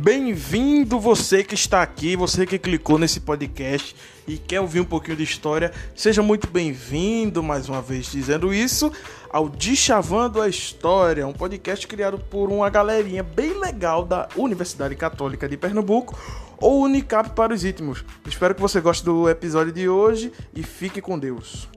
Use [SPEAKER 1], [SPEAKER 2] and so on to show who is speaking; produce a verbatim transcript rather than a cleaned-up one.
[SPEAKER 1] Bem-vindo você que está aqui, você que clicou nesse podcast e quer ouvir um pouquinho de história. Seja muito bem-vindo, mais uma vez dizendo isso, ao Deschavando a História, um podcast criado por uma galerinha bem legal da Universidade Católica de Pernambuco, ou Unicap para os íntimos. Espero que você goste do episódio de hoje e fique com Deus.